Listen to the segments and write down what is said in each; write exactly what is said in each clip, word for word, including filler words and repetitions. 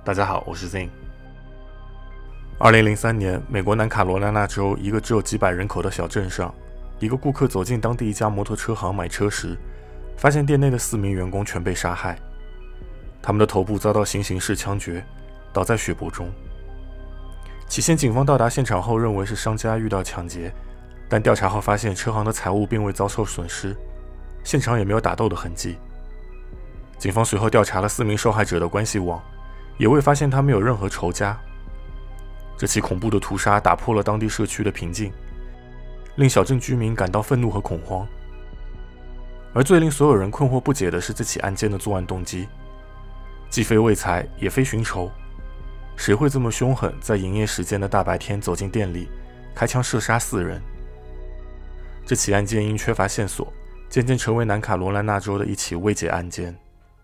大家好，我是 Zing。二零零三年，美国南卡罗来纳州一个只有几百人口的小镇上，一个顾客走进当地一家摩托车行买车时，发现店内的四名员工全被杀害，他们的头部遭到行刑式枪决，倒在血泊中。起先，警方到达现场后认为是商家遇到抢劫，但调查后发现车行的财物并未遭受损失，现场也没有打斗的痕迹。警方随后调查了四名受害者的关系网，也未发现他们有任何仇家。这起恐怖的屠杀打破了当地社区的平静，令小镇居民感到愤怒和恐慌。而最令所有人困惑不解的是这起案件的作案动机，既非为财，也非寻仇，谁会这么凶狠，在营业时间的大白天走进店里，开枪射杀四人？这起案件因缺乏线索，渐渐成为南卡罗来纳州的一起未解案件。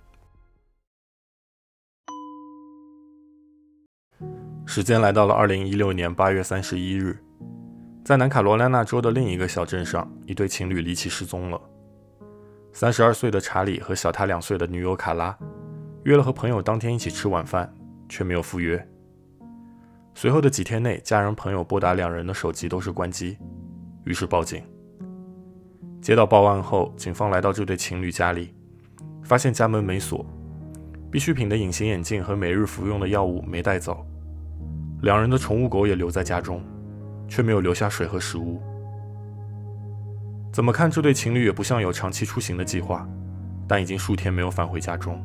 时间来到了二零一六年八月三十一日，在南卡罗来纳州的另一个小镇上，一对情侣离奇失踪了。三十二岁的查理和小他两岁的女友卡拉约了和朋友当天一起吃晚饭，却没有赴约。随后的几天内，家人朋友拨打两人的手机都是关机，于是报警。接到报案后，警方来到这对情侣家里，发现家门没锁，必需品的隐形眼镜和每日服用的药物没带走，两人的宠物狗也留在家中，却没有留下水和食物。怎么看这对情侣也不像有长期出行的计划，但已经数天没有返回家中。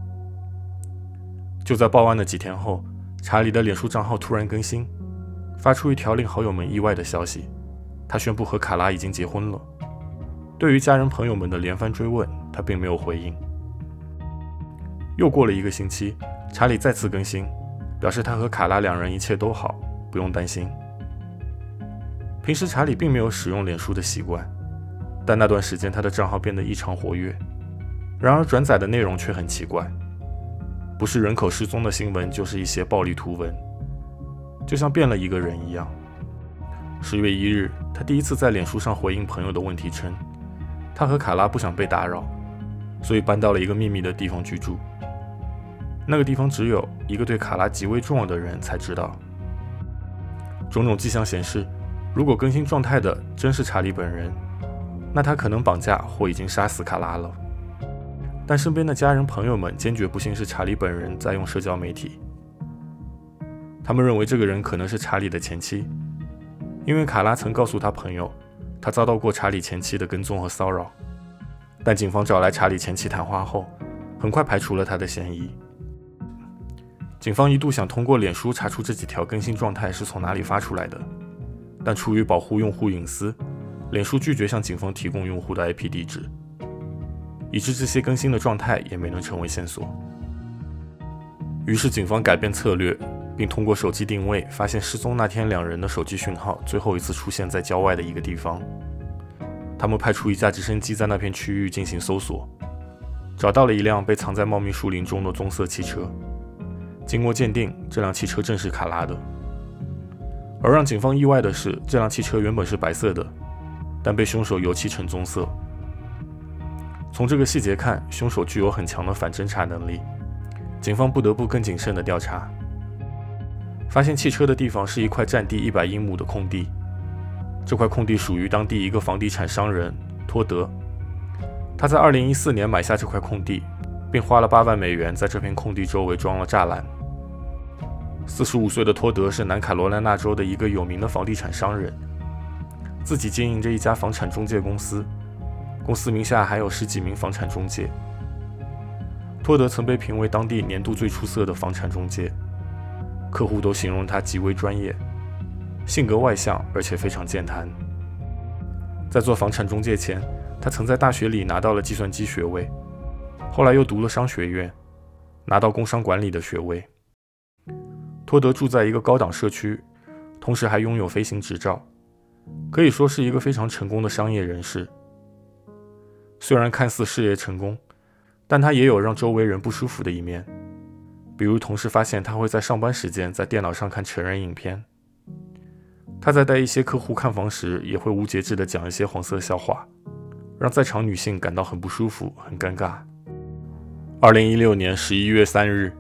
就在报案的几天后，查理的脸书账号突然更新，发出一条令好友们意外的消息，他宣布和卡拉已经结婚了。对于家人朋友们的连番追问，他并没有回应。又过了一个星期，查理再次更新，表示他和卡拉两人一切都好，不用担心。平时查理并没有使用脸书的习惯，但那段时间他的账号变得异常活跃。然而转载的内容却很奇怪，不是人口失踪的新闻，就是一些暴力图文，就像变了一个人一样。十月一日，他第一次在脸书上回应朋友的问题称，他和卡拉不想被打扰，所以搬到了一个秘密的地方居住。那个地方只有一个对卡拉极为重要的人才知道。种种迹象显示，如果更新状态的真是查理本人，那他可能绑架或已经杀死卡拉了。但身边的家人朋友们坚决不信是查理本人在用社交媒体，他们认为这个人可能是查理的前妻，因为卡拉曾告诉他朋友，他遭到过查理前妻的跟踪和骚扰。但警方找来查理前妻谈话后，很快排除了他的嫌疑。警方一度想通过脸书查出这几条更新状态是从哪里发出来的，但出于保护用户隐私，脸书拒绝向警方提供用户的 I P 地址，以致这些更新的状态也没能成为线索。于是警方改变策略，并通过手机定位发现失踪那天两人的手机讯号最后一次出现在郊外的一个地方。他们派出一架直升机在那片区域进行搜索，找到了一辆被藏在茂密树林中的棕色汽车。经过鉴定，这辆汽车正是卡拉的。而让警方意外的是，这辆汽车原本是白色的，但被凶手油漆成棕色。从这个细节看，凶手具有很强的反侦查能力，警方不得不更谨慎地调查。发现汽车的地方是一块占地一百英亩的空地，这块空地属于当地一个房地产商人托德。他在二零一四年买下这块空地，并花了八万美元在这片空地周围装了栅栏。四十五岁的托德是南卡罗来纳州的一个有名的房地产商人，自己经营着一家房产中介公司，公司名下还有十几名房产中介。托德曾被评为当地年度最出色的房产中介，客户都形容他极为专业，性格外向，而且非常健谈。在做房产中介前，他曾在大学里拿到了计算机学位，后来又读了商学院，拿到工商管理的学位。托德住在一个高档社区，同时还拥有飞行执照，可以说是一个非常成功的商业人士。虽然看似事业成功，但他也有让周围人不舒服的一面，比如同事发现他会在上班时间在电脑上看成人影片，他在带一些客户看房时也会无节制地讲一些黄色笑话，让在场女性感到很不舒服，很尴尬。二零一六年十一月三日，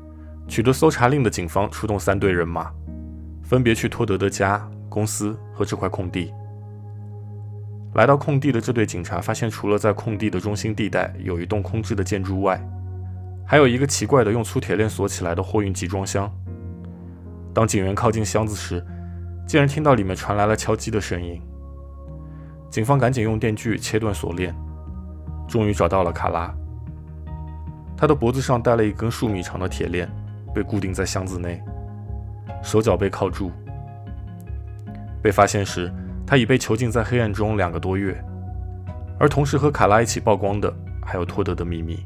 取得搜查令的警方出动三队人马，分别去托德的家、公司和这块空地。来到空地的这队警察发现，除了在空地的中心地带有一栋空置的建筑外，还有一个奇怪的用粗铁链锁起来的货运集装箱。当警员靠近箱子时，竟然听到里面传来了敲击的声音。警方赶紧用电锯切断锁链，终于找到了卡拉。他的脖子上戴了一根数米长的铁链，被固定在箱子内，手脚被铐住。被发现时，他已被囚禁在黑暗中两个多月，而同时和卡拉一起曝光的还有托德的秘密。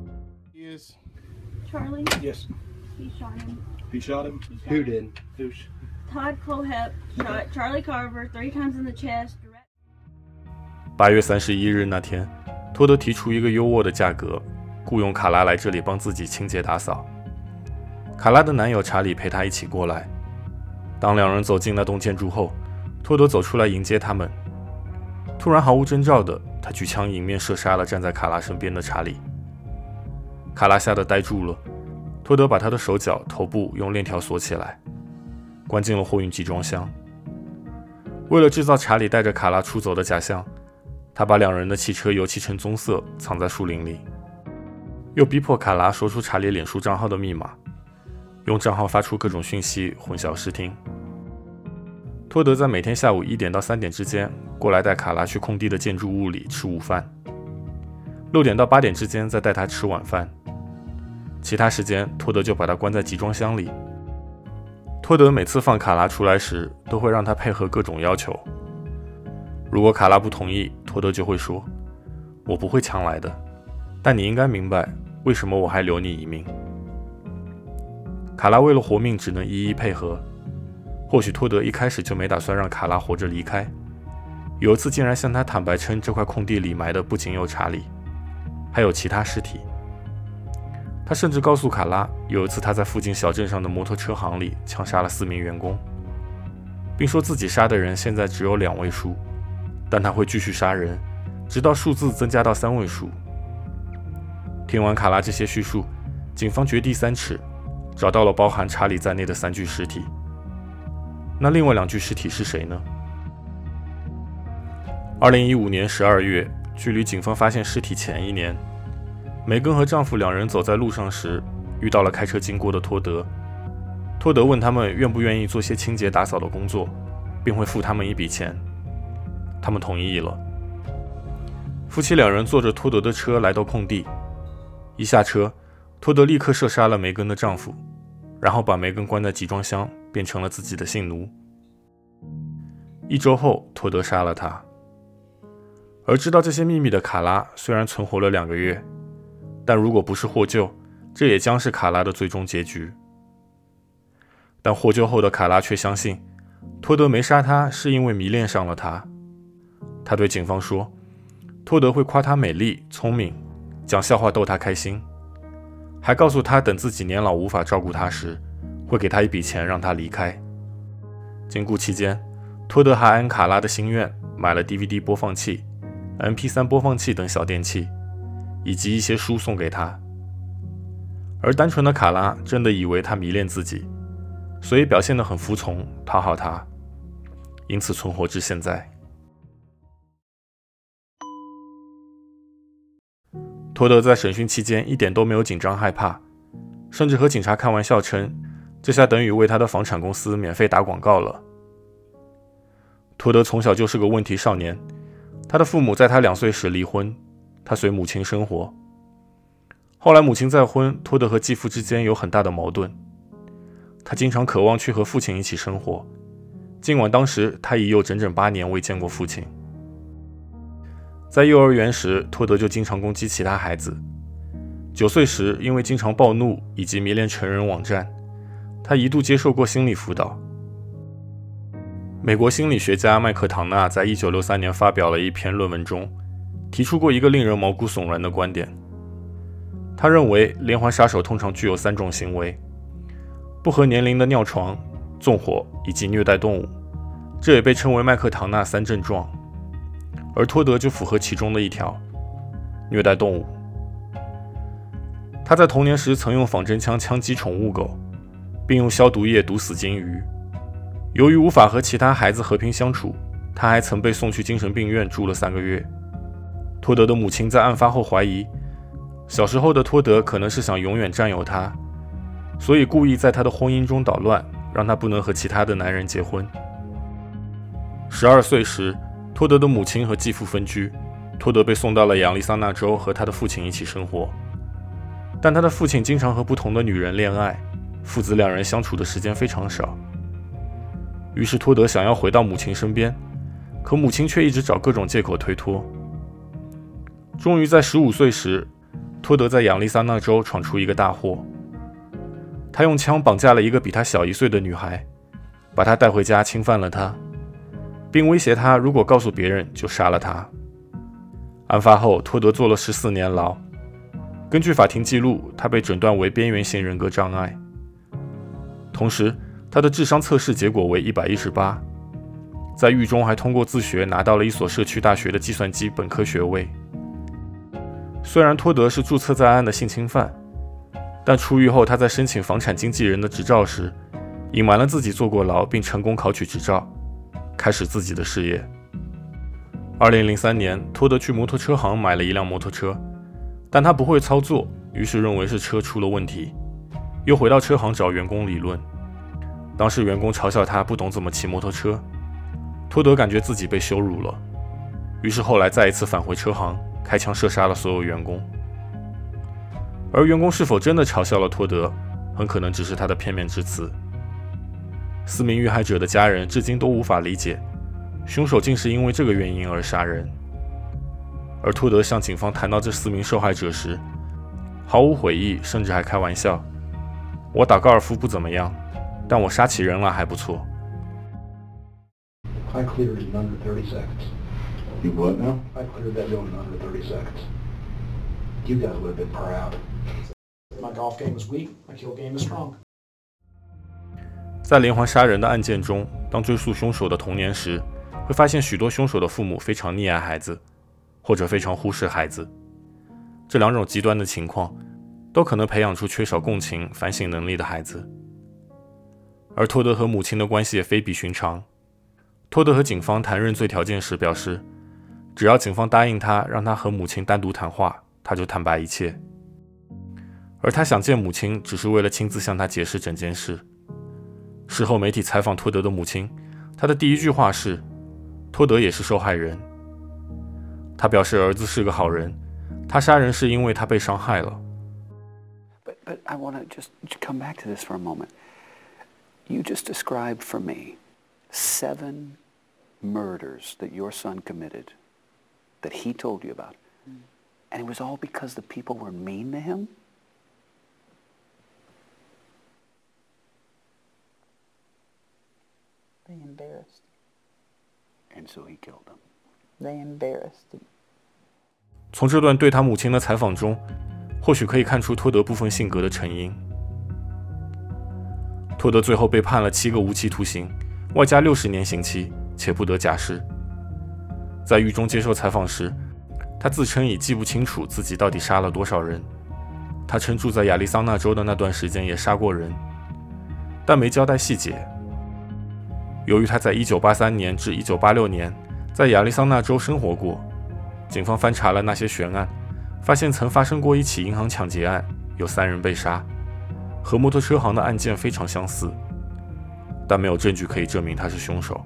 Charlie? Yes. He shot him. He shot him? He shot Who him. did? Who's? Todd Cohep shot Charlie Carver three times in the chest. 八月三十一日那天，托德提出一个优渥的价格，雇佣卡拉来这里帮自己清洁打扫。卡拉的男友查理陪他一起过来。当两人走进那栋建筑后，托德走出来迎接他们。突然毫无征兆的，他举枪迎面射杀了站在卡拉身边的查理。卡拉吓得呆住了，托德把他的手脚、头部用链条锁起来，关进了货运集装箱。为了制造查理带着卡拉出走的假象，他把两人的汽车油漆成棕色，藏在树林里，又逼迫卡拉说出查理脸书账号的密码，用账号发出各种讯息，混淆视听。托德在每天下午一点到三点之间过来带卡拉去空地的建筑物里吃午饭，六点到八点之间再带他吃晚饭，其他时间托德就把他关在集装箱里。托德每次放卡拉出来时，都会让他配合各种要求。如果卡拉不同意，托德就会说：“我不会强来的，但你应该明白为什么我还留你一命。”卡拉为了活命，只能一一配合。或许托德一开始就没打算让卡拉活着离开，有一次竟然向他坦白称，这块空地里埋的不仅有查理，还有其他尸体。他甚至告诉卡拉，有一次他在附近小镇上的摩托车行里枪杀了四名员工，并说自己杀的人现在只有两位数，但他会继续杀人，直到数字增加到三位数。听完卡拉这些叙述，警方掘地三尺，找到了包含查理在内的三具尸体。那另外两具尸体是谁呢？二零一五年十二月，距离警方发现尸体前一年，梅根和丈夫两人走在路上时，遇到了开车经过的托德。托德问他们愿不愿意做些清洁打扫的工作，并会付他们一笔钱。他们同意了。夫妻两人坐着托德的车来到空地，一下车，托德立刻射杀了梅根的丈夫，然后把梅根关在集装箱，变成了自己的性奴。一周后，托德杀了他。而知道这些秘密的卡拉虽然存活了两个月，但如果不是获救，这也将是卡拉的最终结局。但获救后的卡拉却相信，托德没杀他是因为迷恋上了他。他对警方说，托德会夸她美丽、聪明，讲笑话逗她开心，还告诉她等自己年老无法照顾她时，会给她一笔钱让她离开。经顾期间，托德还按卡拉的心愿买了 D V D 播放器、M P 三 播放器等小电器，以及一些书送给她。而单纯的卡拉真的以为他迷恋自己，所以表现得很服从，讨好他，因此存活至现在。托德在审讯期间一点都没有紧张害怕，甚至和警察开玩笑称，这下等于为他的房产公司免费打广告了。托德从小就是个问题少年，他的父母在他两岁时离婚，他随母亲生活。后来母亲再婚，托德和继父之间有很大的矛盾，他经常渴望去和父亲一起生活，尽管当时他已有整整八年未见过父亲。在幼儿园时，托德就经常攻击其他孩子。九岁时，因为经常暴怒以及迷恋成人网站，他一度接受过心理辅导。美国心理学家麦克唐纳在一九六三年发表了一篇论文中，提出过一个令人毛骨悚然的观点。他认为连环杀手通常具有三种行为：不合年龄的尿床、纵火以及虐待动物，这也被称为麦克唐纳三症状。而托德就符合其中的一条，虐待动物。 他在童年时曾用仿真枪枪击宠物狗，并用消毒液毒死金鱼。由于无法和其他孩子和平相处，他还曾被送去精神病院住了三个月。托德的母亲在案发后怀疑，小时候的托德可能是想永远占有他，所以故意在他的婚姻中捣乱，让他不能和其他的男人结婚。十二岁时，托德的母亲和继父分居，托德被送到了亚利桑那州和他的父亲一起生活。但他的父亲经常和不同的女人恋爱，父子两人相处的时间非常少。于是托德想要回到母亲身边，可母亲却一直找各种借口推脱。终于在十五岁时，托德在亚利桑那州闯出一个大祸。他用枪绑架了一个比他小一岁的女孩，把她带回家侵犯了她，并威胁她如果告诉别人就杀了她。案发后，托德坐了十四年牢。根据法庭记录，他被诊断为边缘型人格障碍。同时，他的智商测试结果为一百一十八，在狱中还通过自学拿到了一所社区大学的计算机本科学位。虽然托德是注册在案的性侵犯，但出狱后他在申请房产经纪人的执照时，隐瞒了自己坐过牢，并成功考取执照，开始自己的事业。二零零三年，托德去摩托车行买了一辆摩托车，但他不会操作，于是认为是车出了问题，又回到车行找员工理论。当时员工嘲笑他不懂怎么骑摩托车，托德感觉自己被羞辱了，于是后来再一次返回车行，开枪射杀了所有员工。而员工是否真的嘲笑了托德，很可能只是他的片面之词。四名遇害者的家人至今都无法理解，凶手竟是因为这个原因而杀人。而托德向警方谈到这四名受害者时，毫无悔意，甚至还开玩笑：“我打高尔夫不怎么样，但我杀起人来还不错。” I cleared it in under thirty seconds. You what now? I cleared that building in under thirty seconds. You guys would have been proud. My golf game is weak. My kill game is strong. 在连环杀人的案件中，当追溯凶手的童年时，会发现许多凶手的父母非常溺爱孩子，或者非常忽视孩子。这两种极端的情况，都可能培养出缺少共情、反省能力的孩子。而托德和母亲的关系也非比寻常。托德和警方谈认罪条件时表示，只要警方答应他，让他和母亲单独谈话，他就坦白一切。而他想见母亲，只是为了亲自向他解释整件事。事后媒体采访托德的母亲，他的第一句话是：“托德也是受害人。”他表示儿子是个好人，他杀人是因为他被伤害了。 But, but I want to just come back to this for a moment. You just described for me seven murders that your son committed that he told you about. And it was all because the people were mean to him? They embarrassed him. And so he killed them. They embarrassed him. 从这段对他母亲的采访中，或许可以看出托德部分性格的成因。托德最后被判了七个无期徒刑，外加六十年刑期，且不得假释。在狱中接受采访时，他自称已记不清楚自己到底杀了多少人。他称住在亚利桑那州的那段时间也杀过人，但没交代细节。由于他在一九八三年至一九八六年在亚利桑那州生活过，警方翻查了那些悬案，发现曾发生过一起银行抢劫案，有三人被杀，和摩托车行的案件非常相似，但没有证据可以证明他是凶手。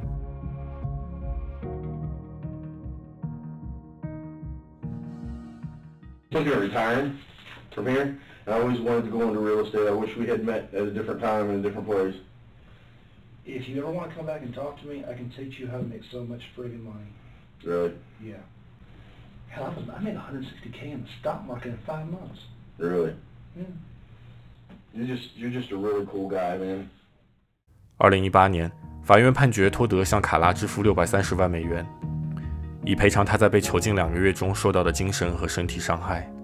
Looking at retiring from here, I always wanted to go into real estate. I wish we had met at a different time in a different place. If you ever want to come back and talk to me, I can teach you how to make so much friggin' money. Really? Yeah. Hell, I, was, I made one hundred sixty K in the stock market in five months. Really? Yeah. You're just, you're just a really cool guy, man. 二零一八年，法院判决托德向卡拉支付六百三十万美元，以赔偿他在被囚禁两个月中受到的精神和身体伤害。